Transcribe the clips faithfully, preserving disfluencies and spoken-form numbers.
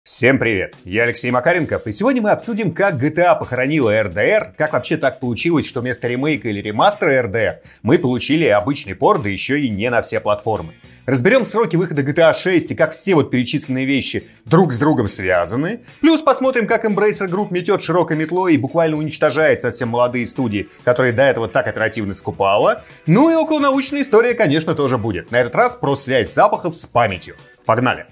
Всем привет, я Алексей Макаренков, и сегодня мы обсудим, как джи ти эй похоронила эр ди эр, как вообще так получилось, что вместо ремейка или ремастера эр ди эр мы получили обычный порт, да еще и не на все платформы. Разберем сроки выхода джи ти эй шесть и как все вот перечисленные вещи друг с другом связаны. Плюс посмотрим, как Embracer Group метет широкой метлой и буквально уничтожает совсем молодые студии, которые до этого так оперативно скупала. Ну и околонаучная история, конечно, тоже будет. На этот раз про связь запахов с памятью. Погнали!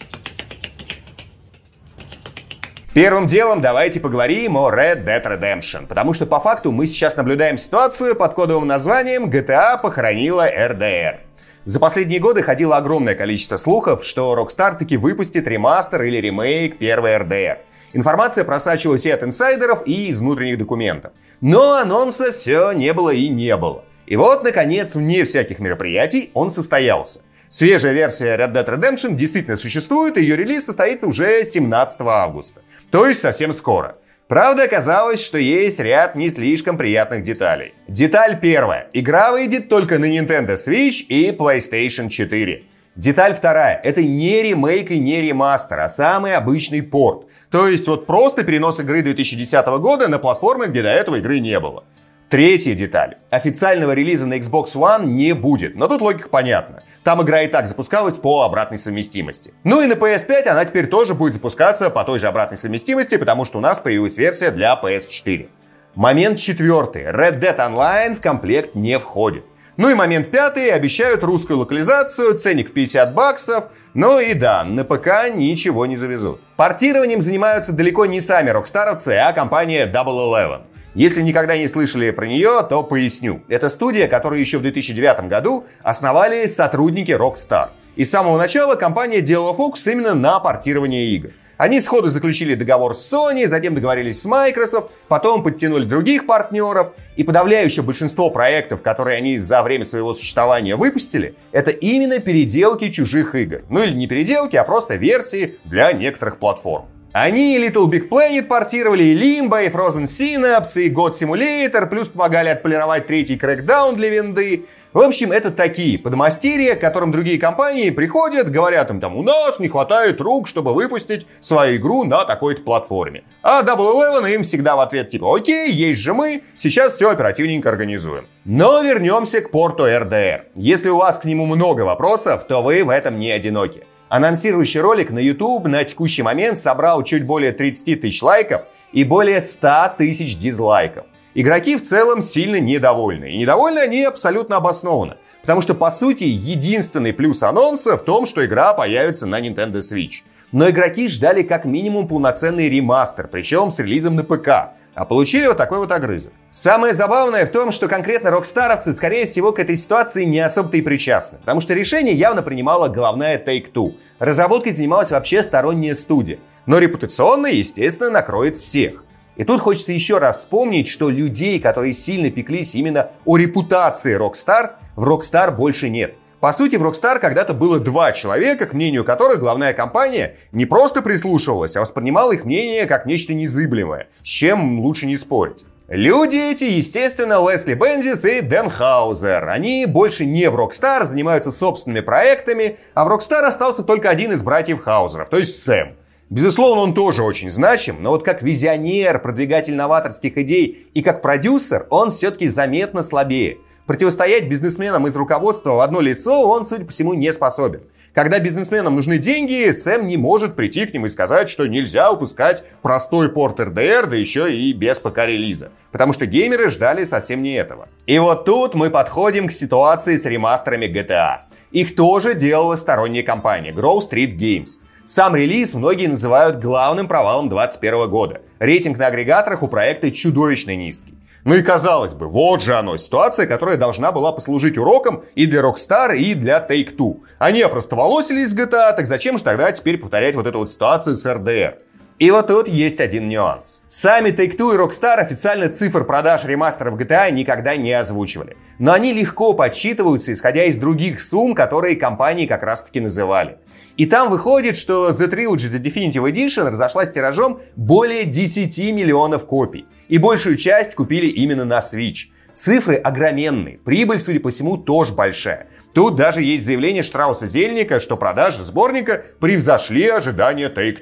Первым делом давайте поговорим о Red Dead Redemption, потому что по факту мы сейчас наблюдаем ситуацию под кодовым названием джи ти эй похоронила эр ди эр. За последние годы ходило огромное количество слухов, что Rockstar таки выпустит ремастер или ремейк первой эр ди эр. Информация просачивалась и от инсайдеров, и из внутренних документов. Но анонса все не было и не было. И вот, наконец, вне всяких мероприятий он состоялся. Свежая версия Red Dead Redemption действительно существует, и ее релиз состоится уже семнадцатого августа. То есть совсем скоро. Правда, оказалось, что есть ряд не слишком приятных деталей. Деталь первая. Игра выйдет только на Nintendo Switch и PlayStation четыре. Деталь вторая. Это не ремейк и не ремастер, а самый обычный порт. То есть вот просто перенос игры две тысячи десятого года на платформы, где до этого игры не было. Третья деталь. Официального релиза на Xbox One не будет, но тут логика понятна. Там игра и так запускалась по обратной совместимости. Ну и на пи эс пять она теперь тоже будет запускаться по той же обратной совместимости, потому что у нас появилась версия для пи эс четыре. Момент четвертый. Red Dead Online в комплект не входит. Ну и момент пятый. Обещают русскую локализацию, ценник в пятьдесят баксов. Ну и да, на ПК ничего не завезут. Портированием занимаются далеко не сами рокстаровцы, а компания Double Eleven. Если никогда не слышали про нее, то поясню. Это студия, которую еще в две тысячи девятом году основали сотрудники Rockstar. И с самого начала компания делала фокус именно на портирование игр. Они сходу заключили договор с Sony, затем договорились с Microsoft, потом подтянули других партнеров. И подавляющее большинство проектов, которые они за время своего существования выпустили, это именно переделки чужих игр. Ну или не переделки, а просто версии для некоторых платформ. Они и Little Big Planet портировали, и Limbo, и Frozen Synapse, и God Simulator, плюс помогали отполировать третий Crackdown для винды. В общем, это такие подмастерья, к которым другие компании приходят, говорят им там: у нас не хватает рук, чтобы выпустить свою игру на такой-то платформе. А Double Eleven им всегда в ответ типа: окей, есть же мы, сейчас все оперативненько организуем. Но вернемся к порту эр ди эр. Если у вас к нему много вопросов, то вы в этом не одиноки. Анонсирующий ролик на YouTube на текущий момент собрал чуть более тридцать тысяч лайков и более ста тысяч дизлайков. Игроки в целом сильно недовольны. И недовольны они абсолютно обоснованно. Потому что, по сути, единственный плюс анонса в том, что игра появится на Nintendo Switch. Но игроки ждали как минимум полноценный ремастер, причем с релизом на ПК. А получили вот такой вот огрызок. Самое забавное в том, что конкретно рокстаровцы, скорее всего, к этой ситуации не особо-то и причастны. Потому что решение явно принимала головная Take-Two. Разработкой занималась вообще сторонняя студия. Но репутационно, естественно, накроет всех. И тут хочется еще раз вспомнить, что людей, которые сильно пеклись именно о репутации Rockstar, в Rockstar больше нет. По сути, в Rockstar когда-то было два человека, к мнению которых главная компания не просто прислушивалась, а воспринимала их мнение как нечто незыблемое, с чем лучше не спорить. Люди эти, естественно, Лесли Бензис и Дэн Хаузер. Они больше не в Rockstar, занимаются собственными проектами, а в Rockstar остался только один из братьев Хаузеров, то есть Сэм. Безусловно, он тоже очень значим, но вот как визионер, продвигатель новаторских идей и как продюсер он все-таки заметно слабее. Противостоять бизнесменам из руководства в одно лицо он, судя по всему, не способен. Когда бизнесменам нужны деньги, Сэм не может прийти к ним и сказать, что нельзя упускать простой порт эр ди эр, да еще и без ПК-релиза. Потому что геймеры ждали совсем не этого. И вот тут мы подходим к ситуации с ремастерами джи ти эй. Их тоже делала сторонняя компания Grove Street Games. Сам релиз многие называют главным провалом двадцать первого года. Рейтинг на агрегаторах у проекта чудовищно низкий. Ну и казалось бы, вот же оно, ситуация, которая должна была послужить уроком и для Rockstar, и для Take-Two. Они опростоволосились с джи ти эй, так зачем же тогда теперь повторять вот эту вот ситуацию с эр ди эр? И вот тут есть один нюанс. Сами Take-Two и Rockstar официально цифр продаж ремастеров джи ти эй никогда не озвучивали. Но они легко подсчитываются, исходя из других сумм, которые компании как раз-таки называли. И там выходит, что The Trilogy The Definitive Edition разошлась тиражом более десяти миллионов копий. И большую часть купили именно на Switch. Цифры огроменные, прибыль, судя по всему, тоже большая. Тут даже есть заявление Штрауса Зельника, что продажи сборника превзошли ожидания Take-Two.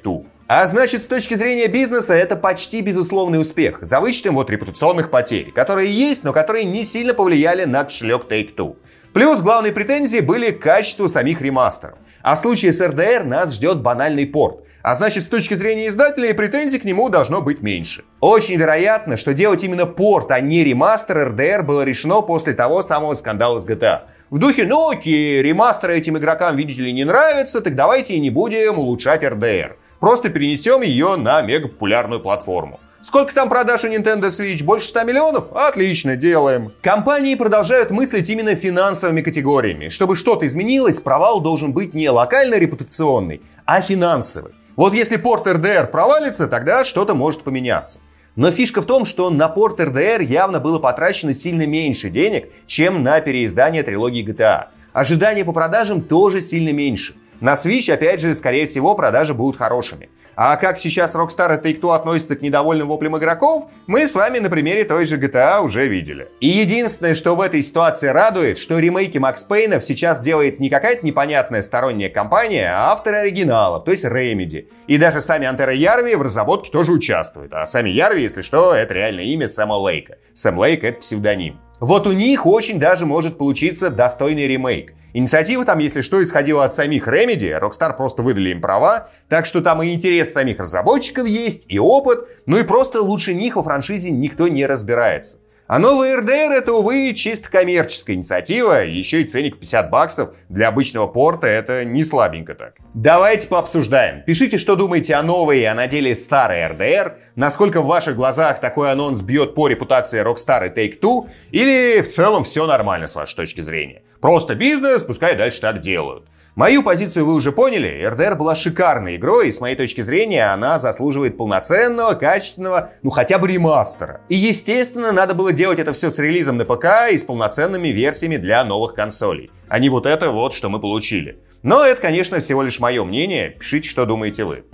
А значит, с точки зрения бизнеса это почти безусловный успех, за вычетом вот репутационных потерь, которые есть, но которые не сильно повлияли на кошелек Take-Two. Плюс главные претензии были к качеству самих ремастеров. А в случае с эр дэ эр нас ждет банальный порт. А значит, с точки зрения издателя, претензий к нему должно быть меньше. Очень вероятно, что делать именно порт, а не ремастер эр дэ эр было решено после того самого скандала с джи ти эй. В духе, ну окей, ремастеры этим игрокам, видите ли, не нравятся, так давайте и не будем улучшать эр дэ эр. Просто перенесем ее на мегапопулярную платформу. Сколько там продаж у Nintendo Switch? Больше ста миллионов? Отлично, делаем. Компании продолжают мыслить именно финансовыми категориями. Чтобы что-то изменилось, провал должен быть не локально-репутационный, а финансовый. Вот если порт эр дэ эр провалится, тогда что-то может поменяться. Но фишка в том, что на порт эр дэ эр явно было потрачено сильно меньше денег, чем на переиздание трилогии джи ти эй. Ожидания по продажам тоже сильно меньше. На Switch, опять же, скорее всего, продажи будут хорошими. А как сейчас Rockstar и Take-Two относятся к недовольным воплям игроков, мы с вами на примере той же джи ти эй уже видели. И единственное, что в этой ситуации радует, что ремейки Макс Пейнов сейчас делает не какая-то непонятная сторонняя компания, а авторы оригиналов, то есть Remedy. И даже сами Антера Ярви в разработке тоже участвуют. А сами Ярви, если что, это реальное имя Сэма Лейка. Сэм Лейк — это псевдоним. Вот у них очень даже может получиться достойный ремейк. Инициатива там, если что, исходила от самих Remedy, Rockstar просто выдали им права, так что там и интерес самих разработчиков есть, и опыт, ну и просто лучше них во франшизе никто не разбирается. А новый эр дэ эр — это, увы, чисто коммерческая инициатива, еще и ценник в пятьдесят баксов для обычного порта — это не слабенько так. Давайте пообсуждаем. Пишите, что думаете о новой, а на деле старой эр дэ эр, насколько в ваших глазах такой анонс бьет по репутации Rockstar и Take-Two, или в целом все нормально с вашей точки зрения. Просто бизнес, пускай дальше так делают. Мою позицию вы уже поняли, эр дэ эр была шикарной игрой, и с моей точки зрения она заслуживает полноценного, качественного, ну хотя бы ремастера. И естественно, надо было делать это все с релизом на пэ ка и с полноценными версиями для новых консолей, а не вот это вот, что мы получили. Но это, конечно, всего лишь мое мнение, пишите, что думаете вы.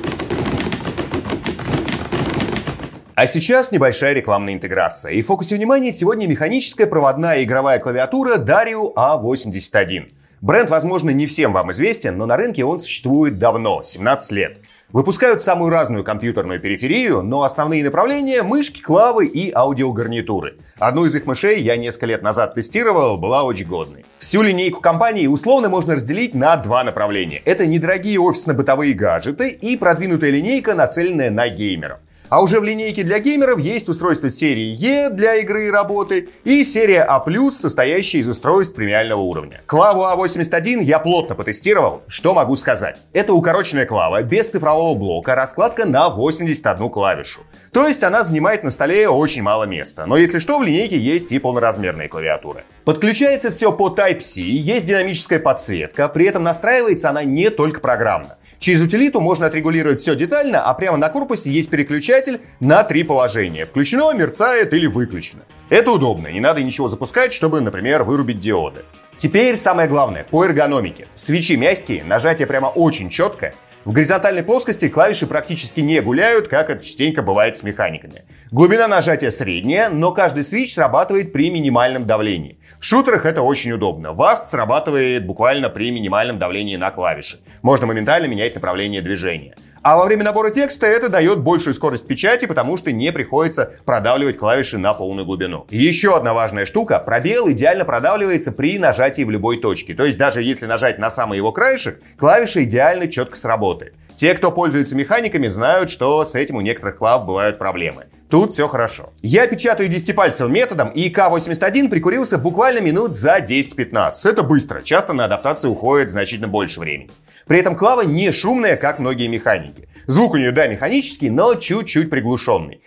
А сейчас небольшая рекламная интеграция. И в фокусе внимания сегодня механическая проводная игровая клавиатура Dario а восемьдесят один. Бренд, возможно, не всем вам известен, но на рынке он существует давно, семнадцать лет. Выпускают самую разную компьютерную периферию, но основные направления — мышки, клавы и аудиогарнитуры. Одну из их мышей я несколько лет назад тестировал, была очень годной. Всю линейку компании условно можно разделить на два направления. Это недорогие офисно-бытовые гаджеты и продвинутая линейка, нацеленная на геймеров. А уже в линейке для геймеров есть устройства серии E для игры и работы и серия А+, состоящая из устройств премиального уровня. Клаву а восемьдесят один я плотно потестировал. Что могу сказать? Это укороченная клава, без цифрового блока, раскладка на восемьдесят одну клавишу. То есть она занимает на столе очень мало места. Но если что, в линейке есть и полноразмерные клавиатуры. Подключается все по Type-C, есть динамическая подсветка, при этом настраивается она не только программно. Через утилиту можно отрегулировать все детально, а прямо на корпусе есть переключатель на три положения. Включено, мерцает или выключено. Это удобно, не надо ничего запускать, чтобы, например, вырубить диоды. Теперь самое главное, по эргономике. Свитчи мягкие, нажатие прямо очень четкое. В горизонтальной плоскости клавиши практически не гуляют, как это частенько бывает с механиками. Глубина нажатия средняя, но каждый свитч срабатывает при минимальном давлении. В шутерах это очень удобно. васт срабатывает буквально при минимальном давлении на клавиши. Можно моментально менять направление движения. А во время набора текста это дает большую скорость печати, потому что не приходится продавливать клавиши на полную глубину. И еще одна важная штука. Пробел идеально продавливается при нажатии в любой точке. То есть даже если нажать на самый его краешек, клавиша идеально четко сработает. Те, кто пользуется механиками, знают, что с этим у некоторых клав бывают проблемы. Тут все хорошо. Я печатаю десятипальцевым методом, и ка восемьдесят один прикурился буквально минут за десять-пятнадцать. Это быстро, часто на адаптацию уходит значительно больше времени. При этом клава не шумная, как многие механики. Звук у нее, да, механический, но чуть-чуть приглушенный.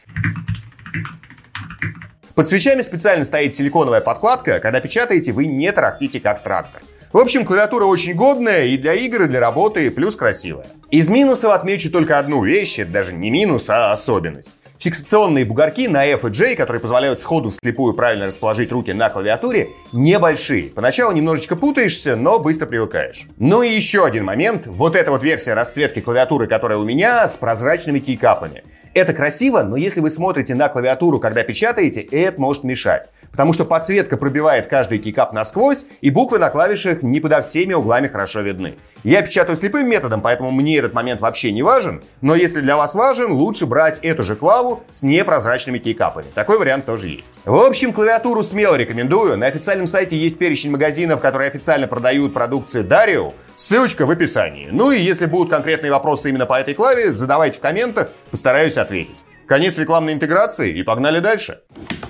Под свечами специально стоит силиконовая подкладка, когда печатаете, вы не тарахтите как трактор. В общем, клавиатура очень годная и для игр, и для работы, плюс красивая. Из минусов отмечу только одну вещь, это даже не минус, а особенность. Фиксационные бугорки на F и J, которые позволяют сходу вслепую правильно расположить руки на клавиатуре, небольшие. Поначалу немножечко путаешься, но быстро привыкаешь. Ну и еще один момент. Вот эта вот версия расцветки клавиатуры, которая у меня, с прозрачными кейкапами. Это красиво, но если вы смотрите на клавиатуру, когда печатаете, это может мешать. Потому что подсветка пробивает каждый кейкап насквозь, и буквы на клавишах не подо всеми углами хорошо видны. Я печатаю слепым методом, поэтому мне этот момент вообще не важен, но если для вас важен, лучше брать эту же клаву с непрозрачными кейкапами. Такой вариант тоже есть. В общем, клавиатуру смело рекомендую. На официальном сайте есть перечень магазинов, которые официально продают продукцию Dario. Ссылочка в описании. Ну и если будут конкретные вопросы именно по этой клаве, задавайте в комментах, постараюсь ответить. Конец рекламной интеграции и погнали дальше.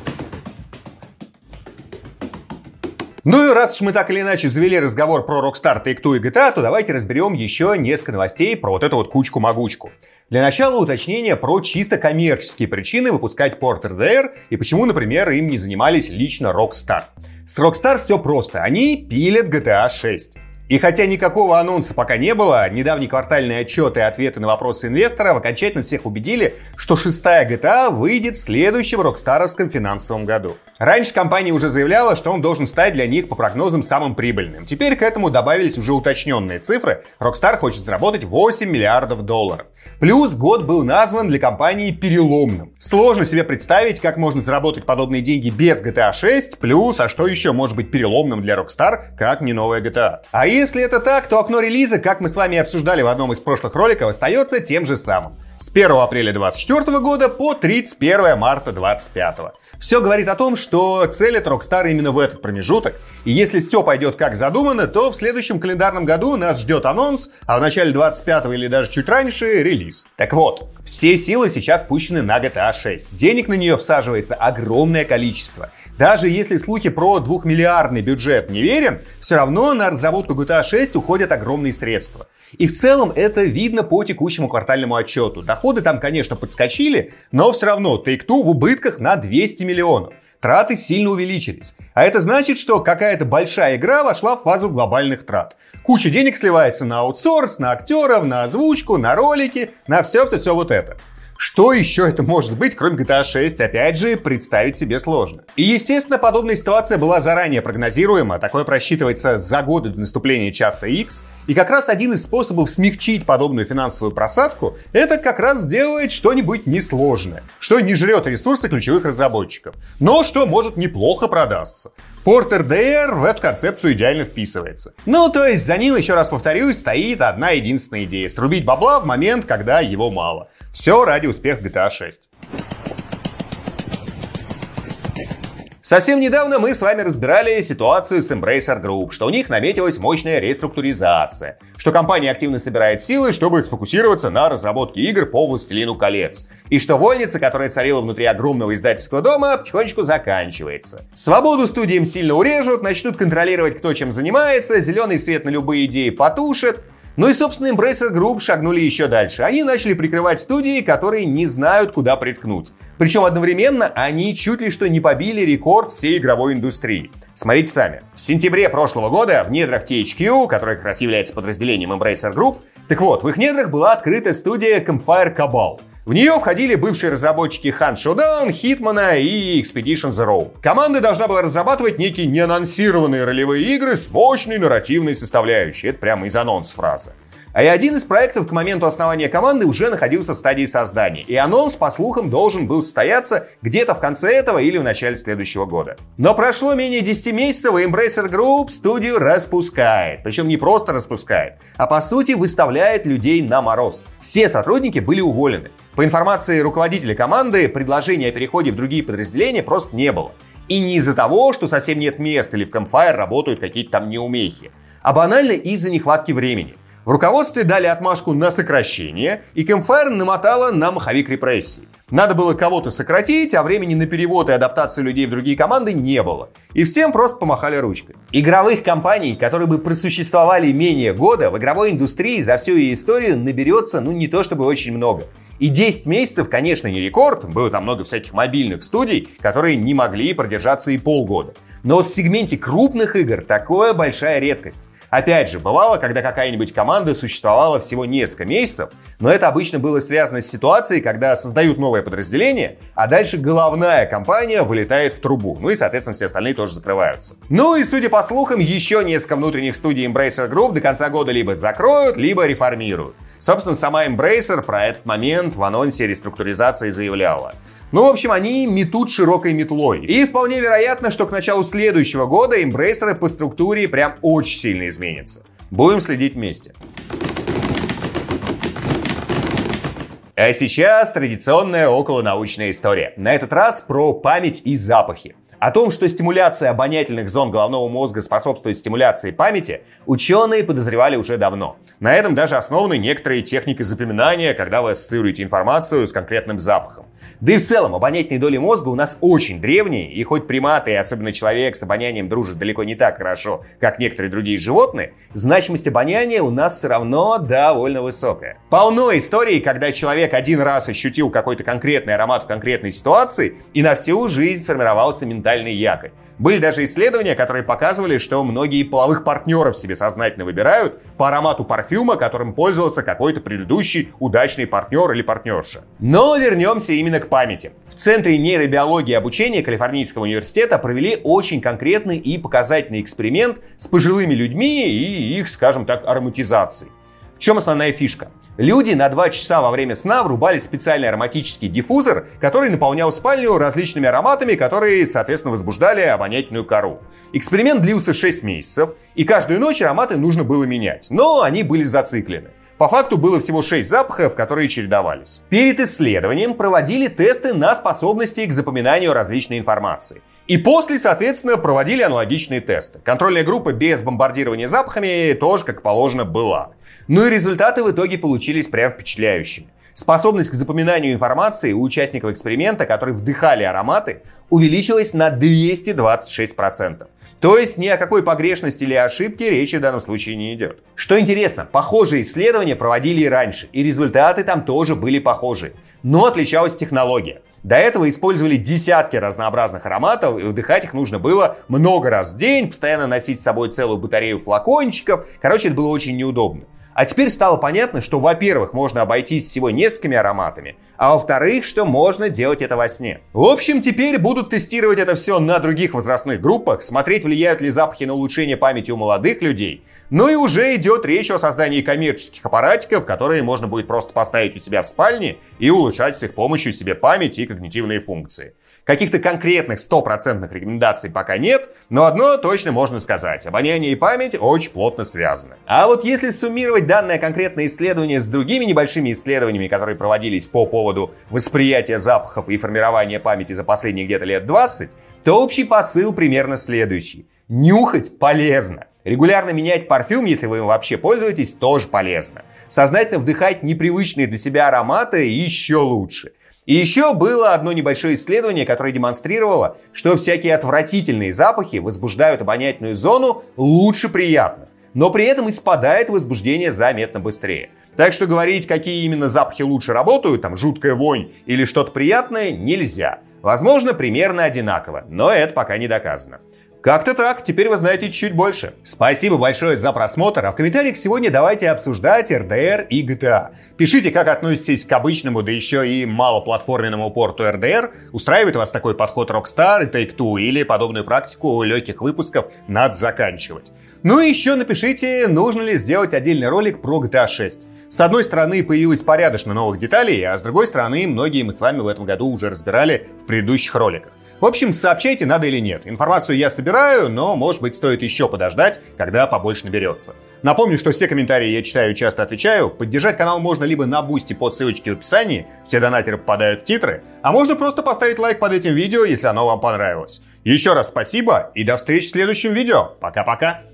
Ну и раз уж мы так или иначе завели разговор про Rockstar, Take-Two и джи ти эй, то давайте разберем еще несколько новостей про вот эту вот кучку-могучку. Для начала уточнение про чисто коммерческие причины выпускать порт эр ди эр и почему, например, им не занимались лично Rockstar. С Rockstar все просто, они пилят джи ти эй шесть. И хотя никакого анонса пока не было, недавние квартальные отчеты и ответы на вопросы инвесторов окончательно всех убедили, что шестая джи ти эй выйдет в следующем рокстаровском финансовом году. Раньше компания уже заявляла, что он должен стать для них по прогнозам самым прибыльным. Теперь к этому добавились уже уточненные цифры. Rockstar хочет заработать восемь миллиардов долларов. Плюс год был назван для компании переломным. Сложно себе представить, как можно заработать подобные деньги без джи ти эй шесть, плюс, а что еще может быть переломным для Rockstar, как не новая джи ти эй. А если это так, то окно релиза, как мы с вами обсуждали в одном из прошлых роликов, остается тем же самым. С первого апреля две тысячи двадцать четвёртого года по тридцать первое марта две тысячи двадцать пятого. Все говорит о том, что целят Rockstar именно в этот промежуток. И если все пойдет как задумано, то в следующем календарном году нас ждет анонс, а в начале двадцать пятого или даже чуть раньше релиз. Так вот, все силы сейчас пущены на джи ти эй шесть. Денег на нее всаживается огромное количество. Даже если слухи про двухмиллиардный бюджет не верен, все равно на разработку джи ти эй шесть уходят огромные средства. И в целом это видно по текущему квартальному отчету. Доходы там, конечно, подскочили, но все равно Take-Two в убытках на двести миллионов. Траты сильно увеличились. А это значит, что какая-то большая игра вошла в фазу глобальных трат. Куча денег сливается на аутсорс, на актеров, на озвучку, на ролики, на все-все-все вот это. Что еще это может быть, кроме джи ти эй шесть, опять же, представить себе сложно. И, естественно, подобная ситуация была заранее прогнозируема, такое просчитывается за годы до наступления часа X, и как раз один из способов смягчить подобную финансовую просадку, это как раз сделать что-нибудь несложное, что не жрет ресурсы ключевых разработчиков, но что может неплохо продастся. Порт эр ди эр в эту концепцию идеально вписывается. Ну, то есть за ним, еще раз повторюсь, стоит одна единственная идея — срубить бабла в момент, когда его мало. Все ради успеха джи ти эй шесть. Совсем недавно мы с вами разбирали ситуацию с Embracer Group, что у них наметилась мощная реструктуризация, что компания активно собирает силы, чтобы сфокусироваться на разработке игр по «Властелину колец», и что вольница, которая царила внутри огромного издательского дома, потихонечку заканчивается. Свободу студиям сильно урежут, начнут контролировать, кто чем занимается, зеленый свет на любые идеи потушат. Ну и, собственно, Embracer Group шагнули еще дальше. Они начали прикрывать студии, которые не знают, куда приткнуть. Причем одновременно они чуть ли что не побили рекорд всей игровой индустрии. Смотрите сами. В сентябре прошлого года в недрах ти эйч кью, которая как раз является подразделением Embracer Group, так вот, в их недрах была открыта студия Campfire Cabal. В нее входили бывшие разработчики Hunt Showdown, Hitman и Expedition Zero. Команда должна была разрабатывать некие неанонсированные ролевые игры с мощной нарративной составляющей. Это прямо из анонс фраза. А и один из проектов к моменту основания команды уже находился в стадии создания. И анонс, по слухам, должен был состояться где-то в конце этого или в начале следующего года. Но прошло менее десяти месяцев, и Embracer Group студию распускает. Причем не просто распускает, а по сути выставляет людей на мороз. Все сотрудники были уволены. По информации руководителя команды, предложения о переходе в другие подразделения просто не было. И не из-за того, что совсем нет мест или в Campfire работают какие-то там неумехи, а банально из-за нехватки времени. В руководстве дали отмашку на сокращение, и Campfire намотала на маховик репрессий. Надо было кого-то сократить, а времени на перевод и адаптацию людей в другие команды не было. И всем просто помахали ручкой. Игровых компаний, которые бы просуществовали менее года, в игровой индустрии за всю ее историю наберется, ну, не то чтобы очень много. И десять месяцев, конечно, не рекорд, было там много всяких мобильных студий, которые не могли продержаться и полгода. Но вот в сегменте крупных игр такое большая редкость. Опять же, бывало, когда какая-нибудь команда существовала всего несколько месяцев, но это обычно было связано с ситуацией, когда создают новое подразделение, а дальше головная компания вылетает в трубу, ну и, соответственно, все остальные тоже закрываются. Ну и, судя по слухам, еще несколько внутренних студий Embracer Group до конца года либо закроют, либо реформируют. Собственно, сама Embracer про этот момент в анонсе реструктуризации заявляла. Ну, в общем, они метут широкой метлой. И вполне вероятно, что к началу следующего года Embracer по структуре прям очень сильно изменится. Будем следить вместе. А сейчас традиционная околонаучная история. На этот раз про память и запахи. О том, что стимуляция обонятельных зон головного мозга способствует стимуляции памяти, ученые подозревали уже давно. На этом даже основаны некоторые техники запоминания, когда вы ассоциируете информацию с конкретным запахом. Да и в целом, обонятельные доли мозга у нас очень древние, и хоть приматы, и особенно человек, с обонянием дружат далеко не так хорошо, как некоторые другие животные, значимость обоняния у нас все равно довольно высокая. Полно историй, когда человек один раз ощутил какой-то конкретный аромат в конкретной ситуации, и на всю жизнь сформировался ментальный якорь. Были даже исследования, которые показывали, что многие половых партнеров себе сознательно выбирают по аромату парфюма, которым пользовался какой-то предыдущий удачный партнер или партнерша. Но вернемся именно к памяти. В Центре нейробиологии и обучения Калифорнийского университета провели очень конкретный и показательный эксперимент с пожилыми людьми и их, скажем так, ароматизацией. В чем основная фишка? Люди на два часа во время сна врубали специальный ароматический диффузор, который наполнял спальню различными ароматами, которые, соответственно, возбуждали обонятельную кору. Эксперимент длился шесть месяцев, и каждую ночь ароматы нужно было менять, но они были зациклены. По факту было всего шесть запахов, которые чередовались. Перед исследованием проводили тесты на способности к запоминанию различной информации. И после, соответственно, проводили аналогичные тесты. Контрольная группа без бомбардирования запахами тоже, как положено, была. Ну и результаты в итоге получились прям впечатляющими. Способность к запоминанию информации у участников эксперимента, которые вдыхали ароматы, увеличилась на двести двадцать шесть процентов. То есть ни о какой погрешности или ошибке речи в данном случае не идет. Что интересно, похожие исследования проводили и раньше, и результаты там тоже были похожи. Но отличалась технология. До этого использовали десятки разнообразных ароматов, и вдыхать их нужно было много раз в день, постоянно носить с собой целую батарею флакончиков. Короче, это было очень неудобно. А теперь стало понятно, что, во-первых, можно обойтись всего несколькими ароматами, а во-вторых, что можно делать это во сне. В общем, теперь будут тестировать это все на других возрастных группах, смотреть, влияют ли запахи на улучшение памяти у молодых людей. Ну и уже идет речь о создании коммерческих аппаратиков, которые можно будет просто поставить у себя в спальне и улучшать с их помощью себе память и когнитивные функции. Каких-то конкретных стопроцентных рекомендаций пока нет, но одно точно можно сказать: обоняние и память очень плотно связаны. А вот если суммировать данное конкретное исследование с другими небольшими исследованиями, которые проводились по поводу восприятия запахов и формирования памяти за последние где-то лет двадцать, то общий посыл примерно следующий. Нюхать полезно. Регулярно менять парфюм, если вы им вообще пользуетесь, тоже полезно. Сознательно вдыхать непривычные для себя ароматы еще лучше. И еще было одно небольшое исследование, которое демонстрировало, что всякие отвратительные запахи возбуждают обонятельную зону лучше приятных, но при этом и спадает возбуждение заметно быстрее. Так что говорить, какие именно запахи лучше работают, там жуткая вонь или что-то приятное, нельзя. Возможно, примерно одинаково, но это пока не доказано. Как-то так, теперь вы знаете чуть больше. Спасибо большое за просмотр, а в комментариях сегодня давайте обсуждать эр дэ эр и джи ти эй. Пишите, как относитесь к обычному, да еще и малоплатформенному порту эр дэ эр. Устраивает вас такой подход Rockstar и Take-Two или подобную практику легких выпусков надо заканчивать. Ну и еще напишите, нужно ли сделать отдельный ролик про джи ти эй шесть. С одной стороны, появилось порядочно новых деталей, а с другой стороны, многие мы с вами в этом году уже разбирали в предыдущих роликах. В общем, сообщайте, надо или нет. Информацию я собираю, но, может быть, стоит еще подождать, когда побольше наберется. Напомню, что все комментарии я читаю и часто отвечаю. Поддержать канал можно либо на Бусти по ссылочке в описании, все донатеры попадают в титры, а можно просто поставить лайк под этим видео, если оно вам понравилось. Еще раз спасибо и до встречи в следующем видео. Пока-пока!